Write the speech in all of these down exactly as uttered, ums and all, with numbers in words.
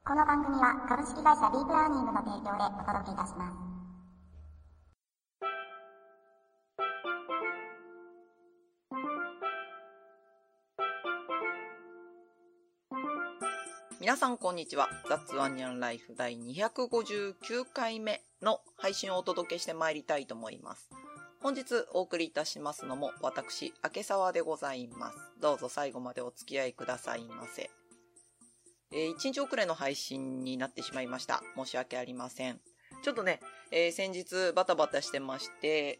この番組は株式会社ディープラーニングの提供でお届けいたします。 皆さんこんにちは。雑ワニャンライフ第にひゃくごじゅうきゅうかいめの配信をお届けしてまいりたいと思います。本日お送りいたしますのも私、明沢でございます。どうぞ最後までお付き合いくださいませ。えー、いちにち遅れの配信になってしまいました。申し訳ありません。ちょっとね、えー、先日バタバタしてまして、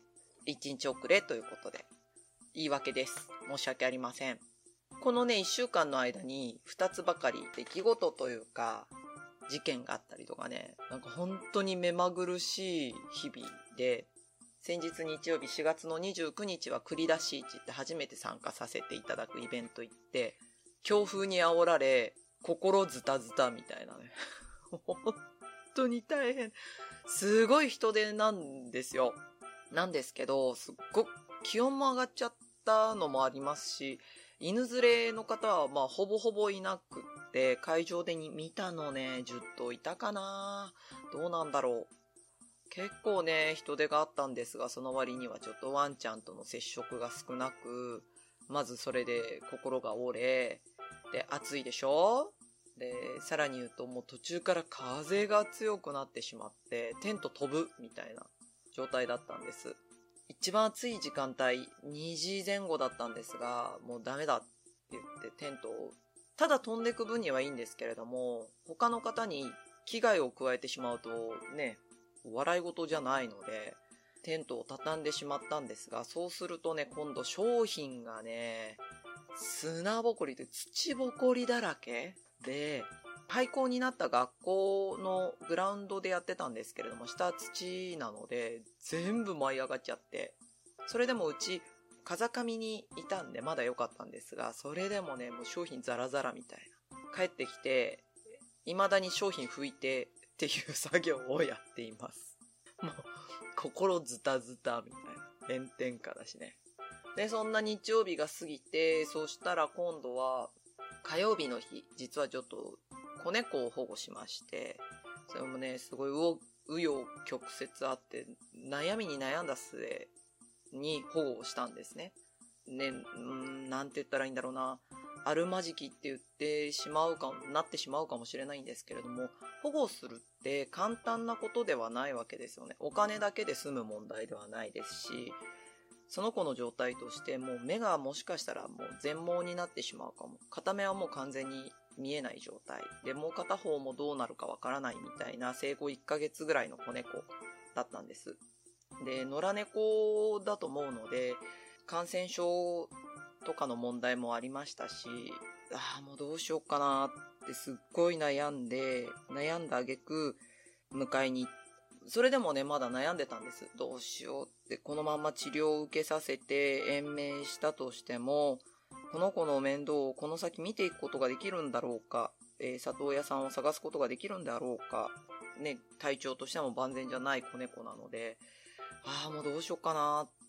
いちにち遅れということで、言い訳です。申し訳ありません。このね、いっしゅうかんの間にふたつばかり出来事というか、事件があったりとかね、なんか本当に目まぐるしい日々で、先日日曜日しがつのにじゅうくにちは栗田シーチって初めて参加させていただくイベント行って、強風に煽られ、心ズタズタみたいなね。本当に大変。すごい人出なんですよ。なんですけど、すっごく気温も上がっちゃったのもありますし、犬連れの方はまあほぼほぼいなくって、会場でに見たのね、じゅっといたかな？どうなんだろう。結構ね、人出があったんですが、その割にはちょっとワンちゃんとの接触が少なく、まずそれで心が折れ、で、暑いでしょ？で、さらに言うともう途中から風が強くなってしまって、テント飛ぶみたいな状態だったんです。一番暑い時間帯、にじぜん後だったんですが、もうダメだって言ってテントを、ただ飛んでく分にはいいんですけれども、他の方に危害を加えてしまうとね、笑い事じゃないので、テントを畳んでしまったんですが、そうするとね、今度商品がね、砂ぼこりで土ぼこりだらけで、廃校になった学校のグラウンドでやってたんですけれども、下土なので全部舞い上がっちゃって、それでもうち風上にいたんでまだ良かったんですが、それでもね、もう商品ザラザラみたいな。帰ってきて未だに商品拭いてっていう作業をやっています。もう心ズタズタみたいな、炎天下だしね。で、そんな日曜日が過ぎて、そしたら今度は火曜日の日、実はちょっと子猫を保護しまして、それもね、すごい紆余曲折あって、悩みに悩んだ末に保護をしたんですね。ね、んなんて言ったらいいんだろうな。あるまじきって言ってしまうか、なってしまうかもしれないんですけれども、保護するって簡単なことではないわけですよね。お金だけで済む問題ではないですし、その子の状態としてもう目がもしかしたらもう全盲になってしまうかも。片目はもう完全に見えない状態で、もう片方もどうなるかわからないみたいな生後いっかげつぐらいの子猫だったんです。で、野良猫だと思うので、感染症とかの問題もありましたし、ああもうどうしようかなってすっごい悩んで、悩んだ挙句迎えに行って、それでもね、まだ悩んでたんです。どうしようって、このまま治療を受けさせて延命したとしても、この子の面倒をこの先見ていくことができるんだろうか、えー、里親さんを探すことができるんだろうか、ね、体調としても万全じゃない子猫なので、ああ、もうどうしようかなって。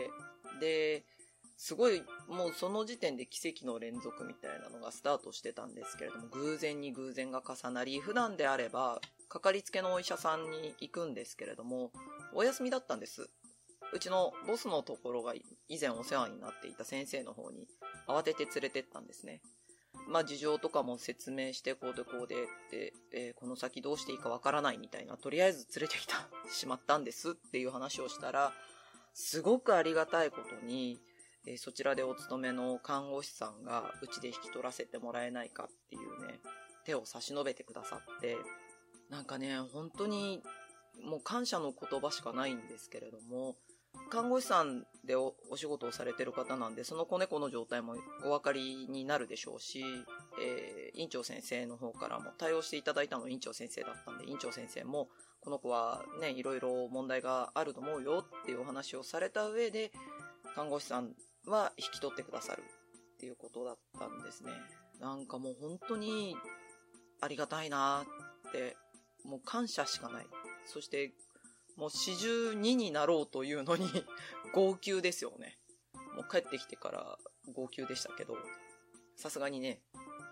で、すごい、もうその時点で奇跡の連続みたいなのがスタートしてたんですけれども、偶然に偶然が重なり、普段であれば、かかりつけのお医者さんに行くんですけれども、お休みだったんです。うちのボスのところが以前お世話になっていた先生の方に慌てて連れてったんですね。まあ事情とかも説明して、こうでこうでって、えー、この先どうしていいかわからないみたいな、とりあえず連れてきたしまったんですっていう話をしたら、すごくありがたいことに、えー、そちらでお勤めの看護師さんがうちで引き取らせてもらえないかっていうね、手を差し伸べてくださって、なんかね、本当にもう感謝の言葉しかないんですけれども、看護師さんで お, お仕事をされてる方なんで、その子猫の状態もお分かりになるでしょうし、えー、院長先生の方からも対応していただいたのは院長先生だったんで、院長先生もこの子はね、いろいろ問題があると思うよっていうお話をされた上で、看護師さんは引き取ってくださるっていうことだったんですね。なんかもう本当にありがたいなって、もう感謝しかない。そしてもう四十二になろうというのに号泣ですよね。もう帰ってきてから号泣でしたけど、さすがにね、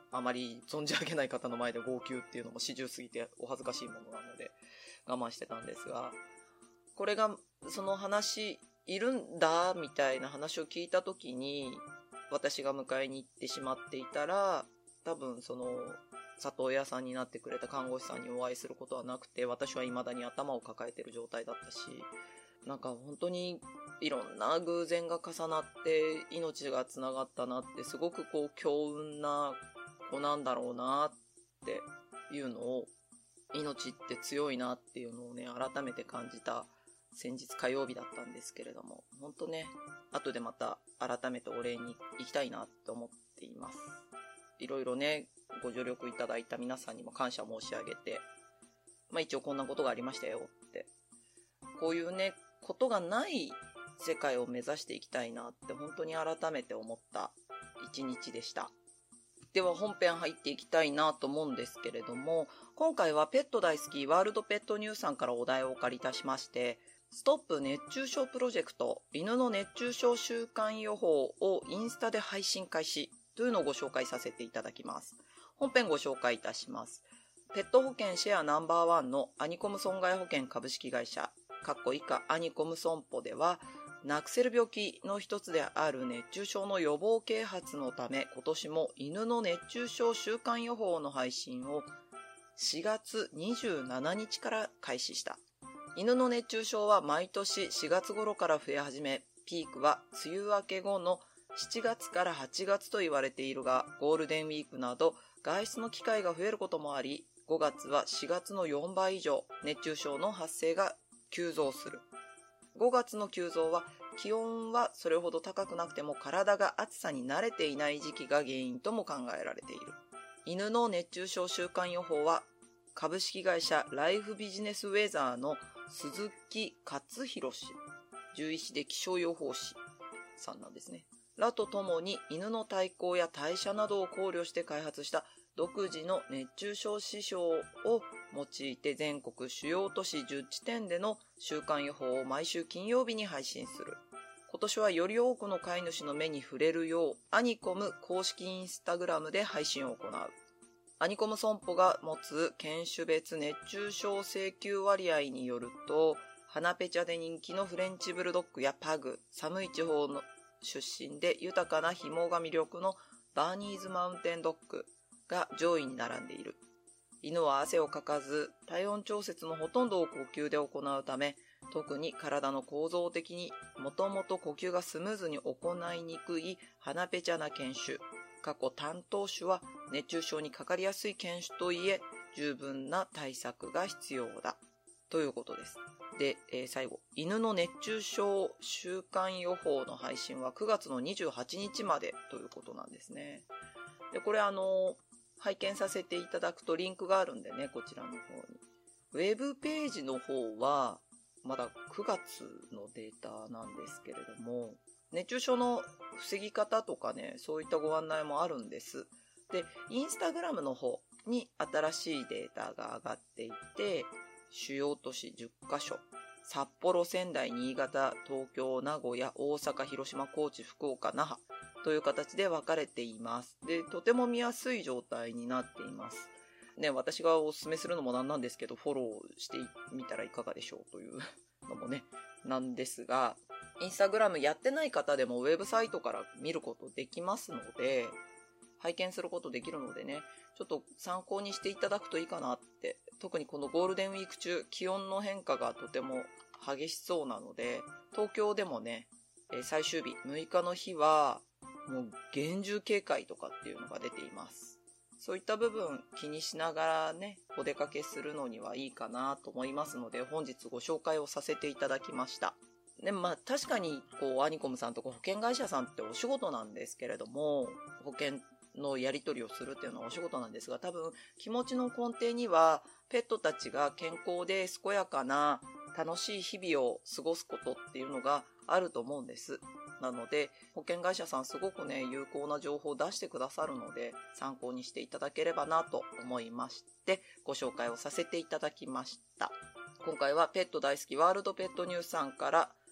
あまり存じ上げない方の前で号泣っていうのも始終すぎてお恥ずかしいものなので我慢してたんですが、これがその話いるんだみたいな話を聞いた時に、私が迎えに行ってしまっていたら、多分その里親さんになってくれた看護師さんにお会いすることはなくて、私は未だに頭を抱えている状態だったし、なんか本当にいろんな偶然が重なって命がつながったなって、すごくこう強運な子なんだろうなっていうのを、命って強いなっていうのをね、改めて感じた先日火曜日だったんですけれども、本当ね、後でまた改めてお礼に行きたいなと思っています。いろいろね、ご助力いただいた皆さんにも感謝申し上げて、まあ一応こんなことがありましたよって、こういうね、ことがない世界を目指していきたいなって本当に改めて思った一日でした。では本編入っていきたいなと思うんですけれども、今回はペット大好きワールドペットニュースさんからお題をお借りいたしまして、ストップ熱中症プロジェクト犬の熱中症週間予報をインスタで配信開始というのをご紹介させていただきます。本編ご紹介いたします。ペット保険シェアナンバーワンのアニコム損害保険株式会社かっこ以下アニコム損保では、なくせる病気の一つである熱中症の予防啓発のため、今年も犬の熱中症週間予報の配信をしがつにじゅうしちにちから開始した。犬の熱中症は毎年しがつ頃から増え始め、ピークは梅雨明け後のしちがつからはちがつと言われているが、ゴールデンウィークなど外出の機会が増えることもあり、ごがつはしがつのよんばい以上、熱中症の発生が急増する。ごがつの急増は気温はそれほど高くなくても体が暑さに慣れていない時期が原因とも考えられている。犬の熱中症週間予報は株式会社ライフビジネスウェザーの鈴木勝弘氏、獣医師で気象予報士さんなんですね。らとともに犬の体高や代謝などを考慮して開発した独自の熱中症指標を用いて全国主要都市じゅっちてんでの週間予報を毎週金曜日に配信する。今年はより多くの飼い主の目に触れるようアニコム公式インスタグラムで配信を行う。アニコム損保が持つ犬種別熱中症請求割合によると、花ペチャで人気のフレンチブルドッグやパグ、寒い地方の出身で豊かな紐が魅力のバーニーズマウンテンドッグが上位に並んでいる。犬は汗をかかず、体温調節のほとんどを呼吸で行うため、特に体の構造的にもともと呼吸がスムーズに行いにくい花ペチャな犬種、過去担当種は熱中症にかかりやすい犬種といえ、十分な対策が必要だということです。で、えー、最後、犬の熱中症週間予報の配信はくがつのにじゅうはちにちまでということなんですね。で、これあの拝見させていただくとリンクがあるんでね、こちらの方に。ウェブページの方はまだくがつのデータなんですけれども、熱中症の防ぎ方とかね、そういったご案内もあるんです。で、インスタグラムの方に新しいデータが上がっていて、主要都市じゅっかしょ、札幌、仙台、新潟、東京、名古屋、大阪、広島、高知、福岡、那覇という形で分かれています。で、とても見やすい状態になっています。ね、私がお勧めするのもなんなんですけど、フォローしてみたらいかがでしょうというのもね、なんですが、インスタグラムやってない方でもウェブサイトから見ることできますので、拝見することできるのでね、ちょっと参考にしていただくといいかなって。特にこのゴールデンウィーク中、気温の変化がとても激しそうなので、東京でもね、最終日むいかの日はもう厳重警戒とかっていうのが出ています。そういった部分気にしながらね、お出かけするのにはいいかなと思いますので、本日ご紹介をさせていただきました。で、まあ確かにこうアニコムさんとか保険会社さんってお仕事なんですけれども、保険のやり取りをするっていうのはお仕事なんですが、多分気持ちの根底にはペットたちが健康で健やかな楽しい日々を過ごすことっていうのがあると思うんです。なので保険会社さんすごくね有効な情報を出してくださるので、参考にしていただければなと思いましてご紹介をさせていただきました。今回はペット大好きワールドペットニュースさんから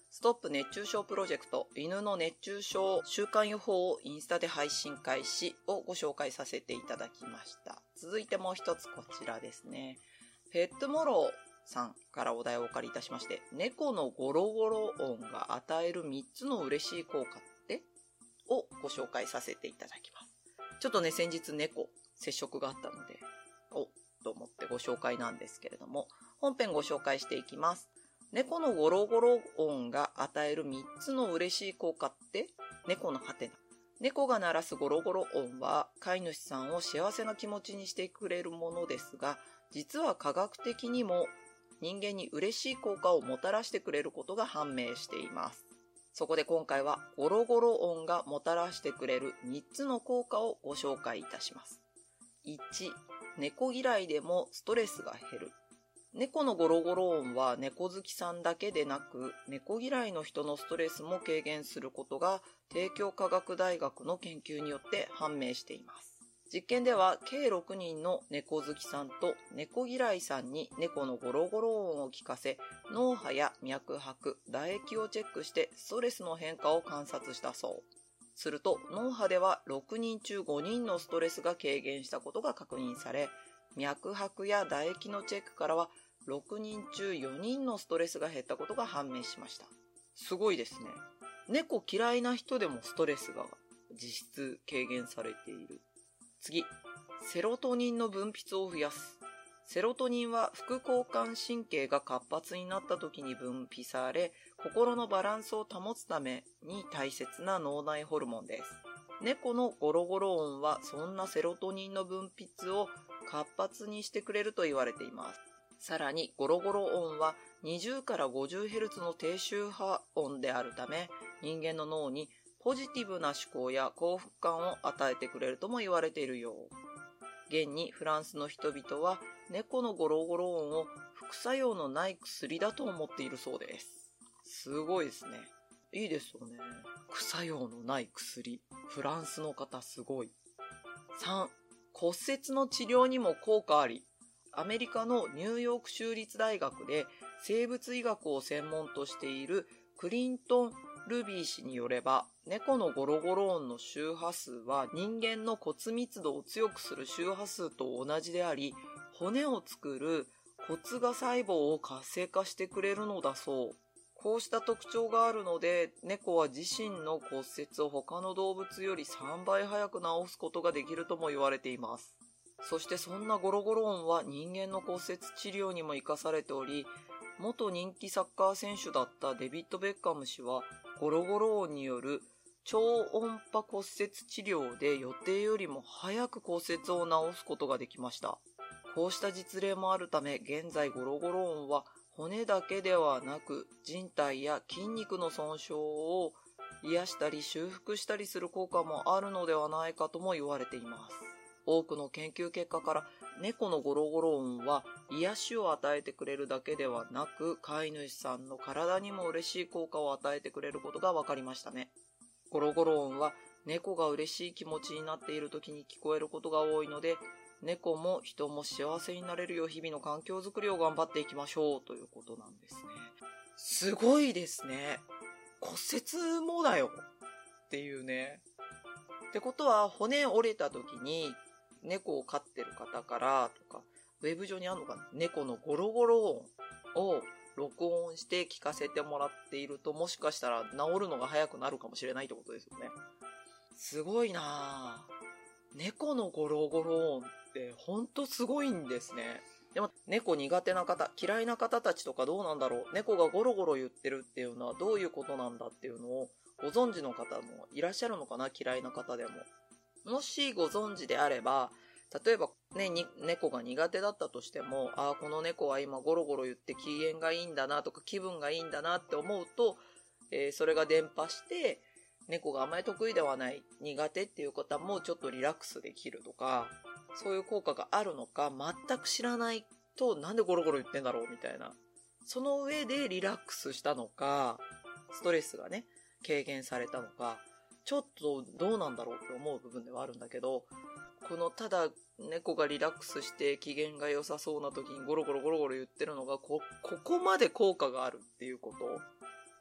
ストップ熱中症プロジェクト犬の熱中症週間予報をインスタで配信開始をご紹介させていただきました。続いてもう一つこちらですね。ペットモローさんからお題をお借りいたしまして、猫のゴロゴロ音が与えるみっつの嬉しい効果ってをご紹介させていただきます。ちょっとね、先日猫接触があったので、おと思ってご紹介なんですけれども、本編ご紹介していきます。猫のゴロゴロ音が与えるみっつの嬉しい効果って猫のハテナ。猫が鳴らすゴロゴロ音は飼い主さんを幸せな気持ちにしてくれるものですが、実は科学的にも人間に嬉しい効果をもたらしてくれることが判明しています。そこで今回はゴロゴロ音がもたらしてくれるみっつの効果をご紹介いたします。いち、猫嫌いでもストレスが減る。猫のゴロゴロ音は猫好きさんだけでなく、猫嫌いの人のストレスも軽減することが帝京科学大学の研究によって判明しています。実験では計ろくにんの猫好きさんと猫嫌いさんに猫のゴロゴロ音を聞かせ、脳波や脈拍、唾液をチェックしてストレスの変化を観察したそう。すると脳波ではろくにん中ごにんのストレスが軽減したことが確認され、脈拍や唾液のチェックからはろくにん中よにんのストレスが減ったことが判明しました。すごいですね。猫嫌いな人でもストレスが実質軽減されている。次、セロトニンの分泌を増やす。セロトニンは副交感神経が活発になった時に分泌され、心のバランスを保つために大切な脳内ホルモンです。猫のゴロゴロ音はそんなセロトニンの分泌を活発にしてくれると言われています。さらにゴロゴロ音はにじゅうからごじゅうヘルツの低周波音であるため、人間の脳にポジティブな思考や幸福感を与えてくれるとも言われているよう。現にフランスの人々は猫のゴロゴロ音を副作用のない薬だと思っているそうです。すごいですね。いいですよね。副作用のない薬。フランスの方すごい。さん、骨折の治療にも効果あり。アメリカのニューヨーク州立大学で生物医学を専門としているクリントン・ルビー氏によれば、猫のゴロゴロ音の周波数は人間の骨密度を強くする周波数と同じであり、骨を作る骨芽細胞を活性化してくれるのだそう。こうした特徴があるので、猫は自身の骨折を他の動物よりさんばい早く治すことができるとも言われています。そしてそんなゴロゴロ音は人間の骨折治療にも活かされており、元人気サッカー選手だったデビッド・ベッカム氏は、ゴロゴロ音による超音波骨折治療で予定よりも早く骨折を治すことができました。こうした実例もあるため、現在ゴロゴロ音は骨だけではなく人体や筋肉の損傷を癒したり修復したりする効果もあるのではないかとも言われています。多くの研究結果から猫のゴロゴロ音は癒しを与えてくれるだけではなく、飼い主さんの体にも嬉しい効果を与えてくれることが分かりましたね。ゴロゴロ音は猫が嬉しい気持ちになっている時に聞こえることが多いので、猫も人も幸せになれるよう日々の環境づくりを頑張っていきましょうということなんですね。すごいですね。骨折もだよっていうね。ってことは骨折れた時に猫を飼ってる方からとか、ウェブ上にあるのかな、猫のゴロゴロ音を録音して聞かせてもらっていると、もしかしたら治るのが早くなるかもしれないってことですよね。すごいなぁ。猫のゴロゴロ音ってほんとすごいんですね。でも猫苦手な方、嫌いな方たちとかどうなんだろう。猫がゴロゴロ言ってるっていうのはどういうことなんだっていうのをご存知の方もいらっしゃるのかな、嫌いな方でも。もしご存知であれば、例えばね、に猫が苦手だったとしても、ああ、この猫は今ゴロゴロ言って機嫌がいいんだなとか気分がいいんだなって思うと、えー、それが伝播して、猫があまり得意ではない、苦手っていう方もちょっとリラックスできるとか、そういう効果があるのか、全く知らないとなんでゴロゴロ言ってんだろうみたいな。その上でリラックスしたのか、ストレスがね、軽減されたのか、ちょっとどうなんだろうって思う部分ではあるんだけど、このただ猫がリラックスして機嫌が良さそうな時にゴロゴロゴロゴロ言ってるのが こ, ここまで効果があるっていうことっ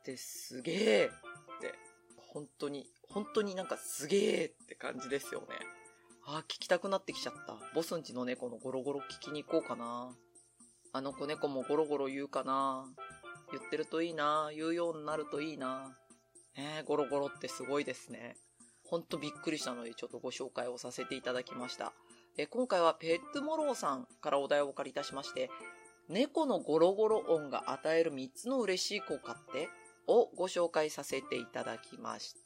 ってすげーって、本当に、本当になんかすげーって感じですよね。あー、聞きたくなってきちゃった。ボスんちの猫のゴロゴロ聞きに行こうかな。あの子猫もゴロゴロ言うかな。言ってるといいな。言うようになるといいな。ねえ、ゴロゴロってすごいですね。ほんとびっくりしたのでちょっとご紹介をさせていただきました。え今回はペットモローさんからお題をお借りいたしまして、猫のゴロゴロ音が与えるみっつの嬉しい効果ってをご紹介させていただきました。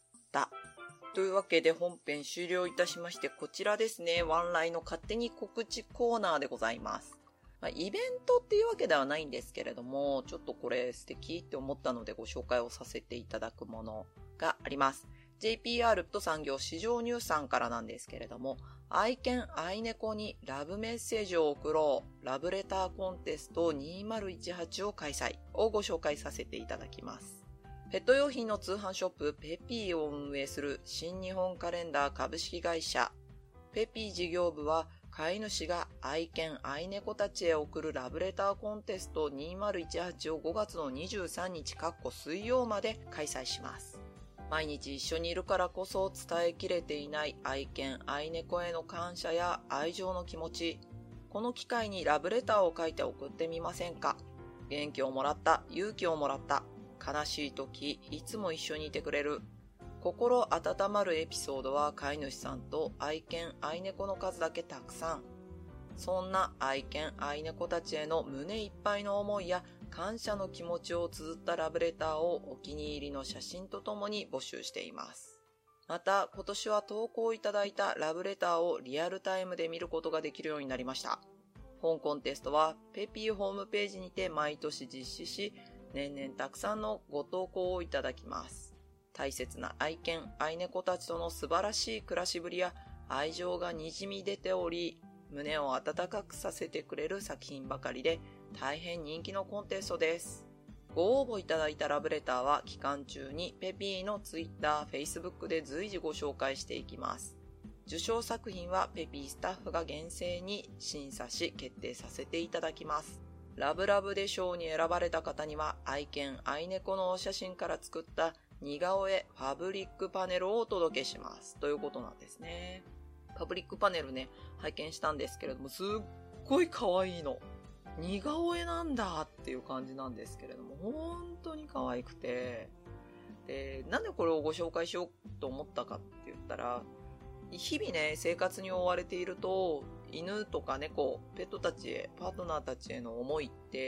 というわけで本編終了いたしまして、こちらですね、ワンライの勝手に告知コーナーでございます。まあ、イベントっていうわけではないんですけれども、ちょっとこれ素敵って思ったのでご紹介をさせていただくものがあります。ジェイピーアール と産業市場ニュースさんからなんですけれども、愛犬愛猫にラブメッセージを送ろうラブレターコンテストにせんじゅうはちを開催をご紹介させていただきます。ペット用品の通販ショップペピーを運営する新日本カレンダー株式会社ペピー事業部は、飼い主が愛犬愛猫たちへ送るラブレターコンテストにせんじゅうはちをごがつのにじゅうさんにち水曜まで開催します。毎日一緒にいるからこそ伝えきれていない愛犬愛猫への感謝や愛情の気持ち、この機会にラブレターを書いて送ってみませんか。元気をもらった、勇気をもらった、悲しい時いつも一緒にいてくれる、心温まるエピソードは飼い主さんと愛犬愛猫の数だけたくさん。そんな愛犬愛猫たちへの胸いっぱいの思いや感謝の気持ちを綴ったラブレターをお気に入りの写真とともに募集しています。また今年は投稿いただいたラブレターをリアルタイムで見ることができるようになりました。本コンテストはペピーホームページにて毎年実施し、年々たくさんのご投稿をいただきます。大切な愛犬愛猫たちとの素晴らしい暮らしぶりや愛情がにじみ出ており、胸を温かくさせてくれる作品ばかりで大変人気のコンテストです。ご応募いただいたラブレターは期間中にペピーの Twitter、Facebook で随時ご紹介していきます。受賞作品はペピースタッフが厳正に審査し決定させていただきます。ラブラブで賞に選ばれた方には愛犬愛猫のお写真から作った似顔絵ファブリックパネルをお届けしますということなんですね。パブリックパネルね、拝見したんですけれども、すっごい可愛いの。似顔絵なんだっていう感じなんですけれども、本当に可愛くて、で、なんでこれをご紹介しようと思ったかって言ったら、日々ね、生活に追われていると、犬とか猫、ペットたちへ、パートナーたちへの思いって、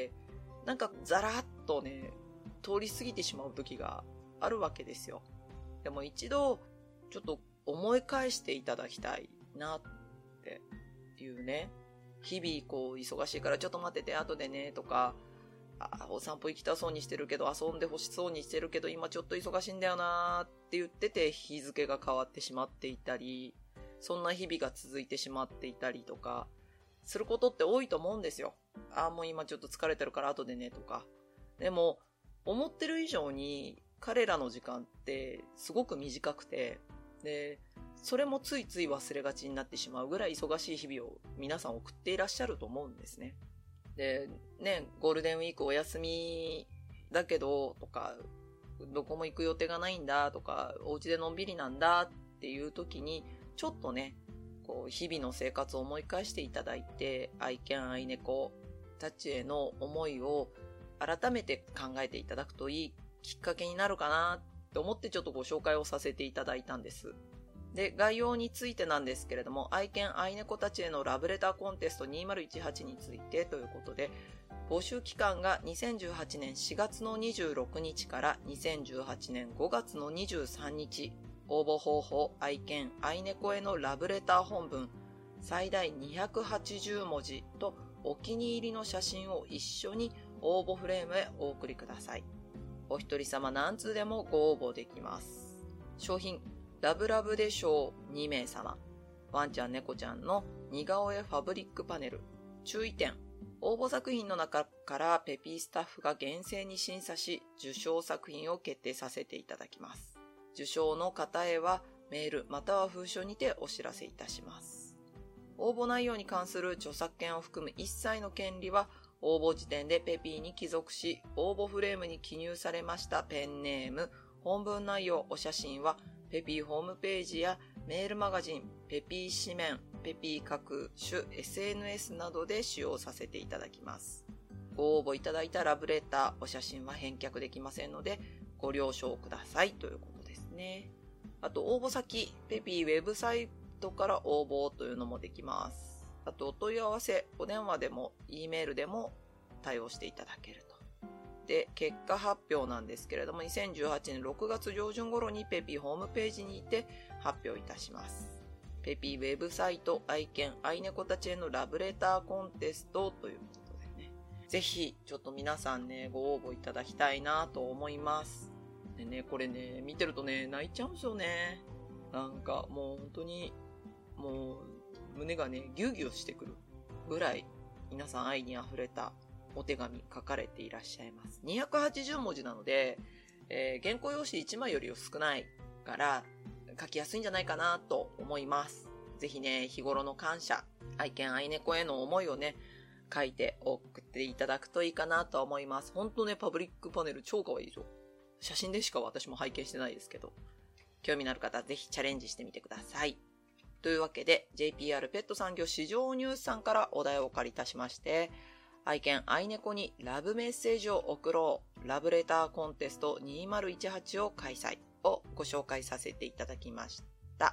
なんかザラッとね、通り過ぎてしまう時があるわけですよ。でも一度ちょっと思い返していただきたいなっていうね。日々こう忙しいからちょっと待ってて後でねとか、あお散歩行きたそうにしてるけど遊んでほしそうにしてるけど今ちょっと忙しいんだよなって言ってて日付が変わってしまっていたり、そんな日々が続いてしまっていたりとかすることって多いと思うんですよ。あもう今ちょっと疲れてるから後でねとか。でも思ってる以上に彼らの時間ってすごく短くて、で、それもついつい忘れがちになってしまうぐらい忙しい日々を皆さん送っていらっしゃると思うんですね。で、ね、ゴールデンウィークお休みだけどとか、どこも行く予定がないんだとか、お家でのんびりなんだっていう時に、ちょっとね、こう日々の生活を思い返していただいて、愛犬愛猫たちへの思いを改めて考えていただくといいきっかけになるかなって思ってちょっとご紹介をさせていただいたんです。で、概要についてなんですけれども、愛犬愛猫たちへのラブレターコンテストにせんじゅうはちについてということで、募集期間がにせんじゅうはちねんしがつのにじゅうろくにちからにせんじゅうはちねんごがつのにじゅうさんにち、応募方法、愛犬愛猫へのラブレター本文、最大にひゃくはちじゅうもじとお気に入りの写真を一緒に応募フレームへお送りください。お一人様何通でもご応募できます。商品、ラブラブで賞にめいさま。ワンちゃん猫ちゃんの似顔絵ファブリックパネル。注意点。応募作品の中からペピースタッフが厳正に審査し、受賞作品を決定させていただきます。受賞の方へはメールまたは封書にてお知らせいたします。応募内容に関する著作権を含む一切の権利は応募時点でペピーに帰属し、応募フレームに記入されましたペンネーム、本文内容、お写真は、ペピーホームページやメールマガジン、ペピー紙面、ペピー各種 エスエヌエス などで使用させていただきます。ご応募いただいたラブレター、お写真は返却できませんので、ご了承くださいということですね。あと、応募先、ペピーウェブサイトから応募というのもできます。あと、お問い合わせ、お電話でも、E メールでも対応していただけると。で、結果発表なんですけれども、にせんじゅうはちねんろくがつ上旬頃にペピーホームページにて発表いたします。ペピーウェブサイト、愛犬、愛猫たちへのラブレターコンテストということでね。ぜひ、ちょっと皆さんね、ご応募いただきたいなと思います。でね、これね、見てるとね、泣いちゃうんですよね。なんか、もう本当に、もう、胸がね、ギュウギュウしてくるぐらい、皆さん愛に溢れたお手紙書かれていらっしゃいます。にひゃくはちじゅうもじなので、えー、原稿用紙いちまいより少ないから、書きやすいんじゃないかなと思います。ぜひね、日頃の感謝、愛犬愛猫への思いをね、書いて送っていただくといいかなと思います。ほんとね、パブリックパネル超可愛いでしょ。写真でしか私も拝見してないですけど、興味のある方はぜひチャレンジしてみてください。というわけで、ジェイピーアール ペット産業市場ニュースさんからお題をお借りいたしまして、愛犬愛猫にラブメッセージを送ろう、ラブレターコンテストにせんじゅうはちを開催をご紹介させていただきました。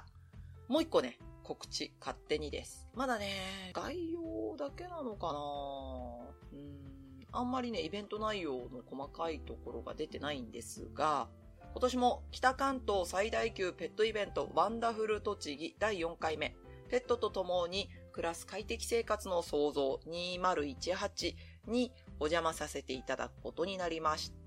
もう一個ね、告知勝手にです。まだね、概要だけなのかなうーん、あんまりね、イベント内容の細かいところが出てないんですが、今年も北関東最大級ペットイベントワンダフル栃木だいよんかいめ、ペットと共に暮らす快適生活の創造にせんじゅうはちにお邪魔させていただくことになりました。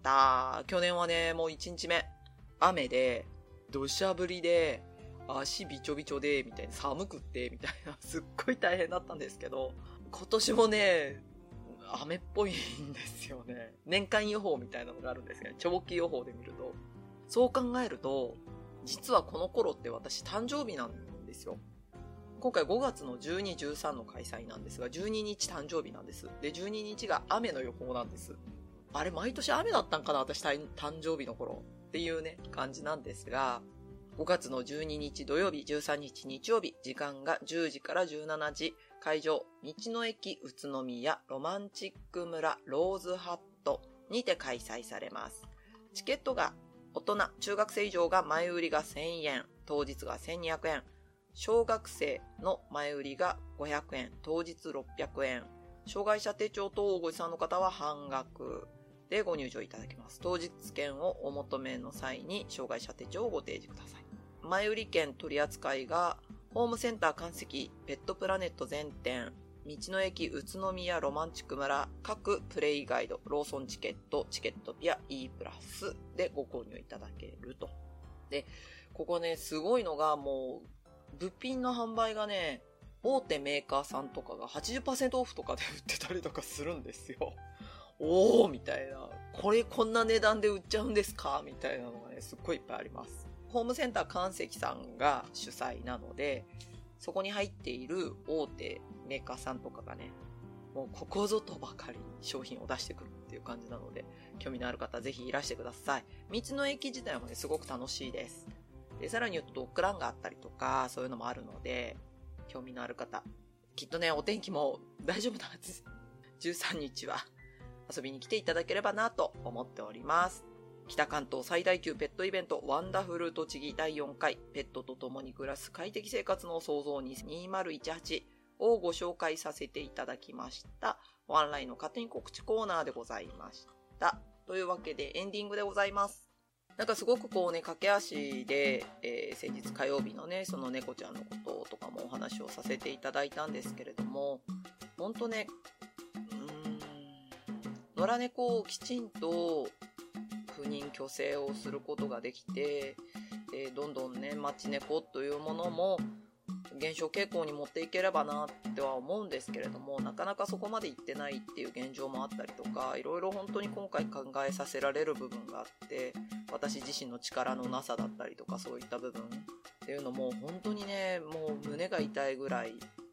去年はね、もういちにちめ、雨で、土砂降りで、足びちょびちょで、みたいな、寒くって、みたいな、すっごい大変だったんですけど、今年もね、雨っぽいんですよね。年間予報みたいなのがあるんですが、ね、長期予報で見ると。そう考えると、実はこの頃って私誕生日なんですよ。今回ごがつのじゅうに、じゅうさんの開催なんですが、じゅうににち誕生日なんです。で、じゅうににちが雨の予報なんです。あれ、毎年雨だったんかな私誕生日の頃。っていうね、感じなんですが、ごがつのじゅうににち土曜日、じゅうさんにち日曜日、時間がじゅうじからじゅうしちじ、会場、道の駅宇都宮ロマンチック村ローズハットにて開催されます。チケットが大人、中学生以上が前売りがせんえん、当日がせんにひゃくえん。小学生の前売りがごひゃくえん、当日ろっぴゃくえん。障害者手帳等をご持参の方は半額でご入場いただけます。当日券をお求めの際に障害者手帳をご提示ください。前売り券取り扱いがホームセンター関石、ペットプラネット全店、道の駅宇都宮ロマンチック村、各プレイガイド、ローソンチケット、チケットピア E プラスでご購入いただけると。で、ここね、すごいのがもう、物品の販売がね、大手メーカーさんとかが はちじゅっパーセント オフとかで売ってたりとかするんですよ。おーみたいな。これこんな値段で売っちゃうんですかみたいなのがね、すっごいいっぱいあります。ホームセンター関石さんが主催なので、そこに入っている大手メーカーさんとかがね、もうここぞとばかりに商品を出してくるっていう感じなので、興味のある方ぜひいらしてください。道の駅自体もね、すごく楽しいです。で、さらに言うとドッグランがあったりとか、そういうのもあるので、興味のある方、きっとね、お天気も大丈夫なはず。じゅうさんにちは遊びに来ていただければなと思っております。北関東最大級ペットイベントワンダフル栃木だいよんかいペットと共に暮らす快適生活の創造にせんじゅうはちをご紹介させていただきました。ワンラインの勝手に告知コーナーでございました。というわけでエンディングでございます。なんかすごくこうね、駆け足で、えー、先日火曜日のね、その猫ちゃんのこととかもお話をさせていただいたんですけれども、ほんとね、うーん、野良猫をきちんと不妊去勢をすることができて、えー、どんどんね、待ち猫というものも減少傾向に持っていければなっては思うんですけれども、なかなかそこまでいってないっていう現状もあったりとか、いろいろ本当に今回考えさせられる部分があって、私自身の力のなさだったりとかそういった部分っていうのも本当にね、もう胸が痛いぐらい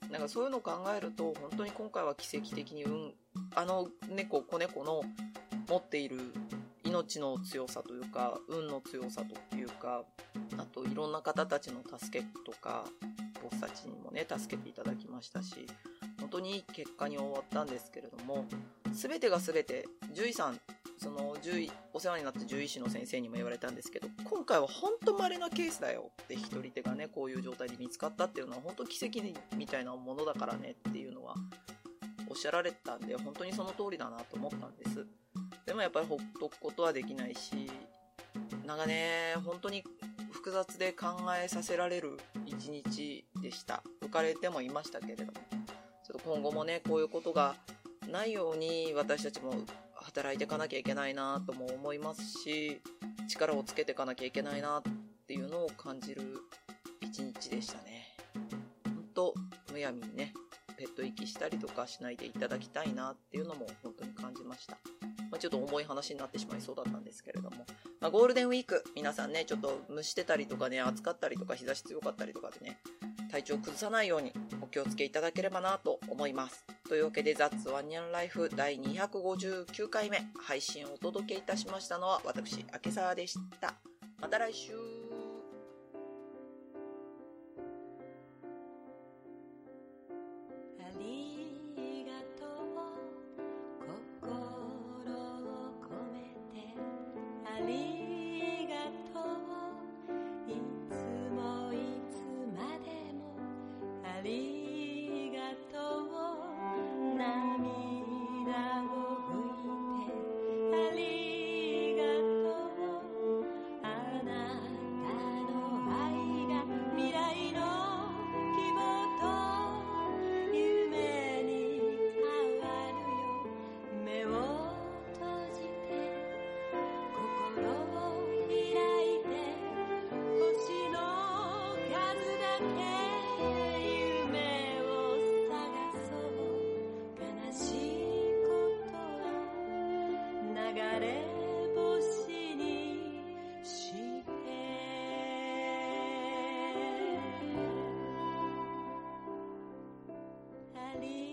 なんかそういうのを考えると本当に今回は奇跡的に、うん、あの猫子猫の持っている命の強さというか運の強さというか、あといろんな方たちの助けとかボスたちにもね助けていただきましたし、本当にいい結果に終わったんですけれども、全てが全て獣医さん、その獣医お世話になった獣医師の先生にも言われたんですけど、今回は本当稀なケースだよって、一人手がねこういう状態で見つかったっていうのは本当奇跡みたいなものだからねっていうのはおっしゃられたんで、本当にその通りだなと思ったんです。でもやっぱりほっとくことはできないし、なんかね本当に複雑で考えさせられる一日でした。浮かれてもいましたけれども、ちょっと今後もねこういうことがないように私たちも働いていかなきゃいけないなとも思いますし、力をつけていかなきゃいけないなっていうのを感じる一日でしたね。本当むやみにねペット息したりとかしないでいただきたいなっていうのも本当に感じました。まあ、ちょっと重い話になってしまいそうだったんですけれども、まあ、ゴールデンウィーク皆さんねちょっと蒸してたりとかね、暑かったりとか日差し強かったりとかでね体調崩さないようにお気をつけいただければなと思います。というわけでザッツワンニャンライフだいにひゃくごじゅうきゅうかいめ配信をお届けいたしましたのは私明沢でした。また来週。 ありがとう心を込めて、ありがとういつもいつまでも、ありがとう涙を拭いて、ありがとうあなたの愛が未来の希望と夢に変わるよ。目を閉じて心を開いて、星の数だけ夢を探そう。悲しいことは流れ星にしてあり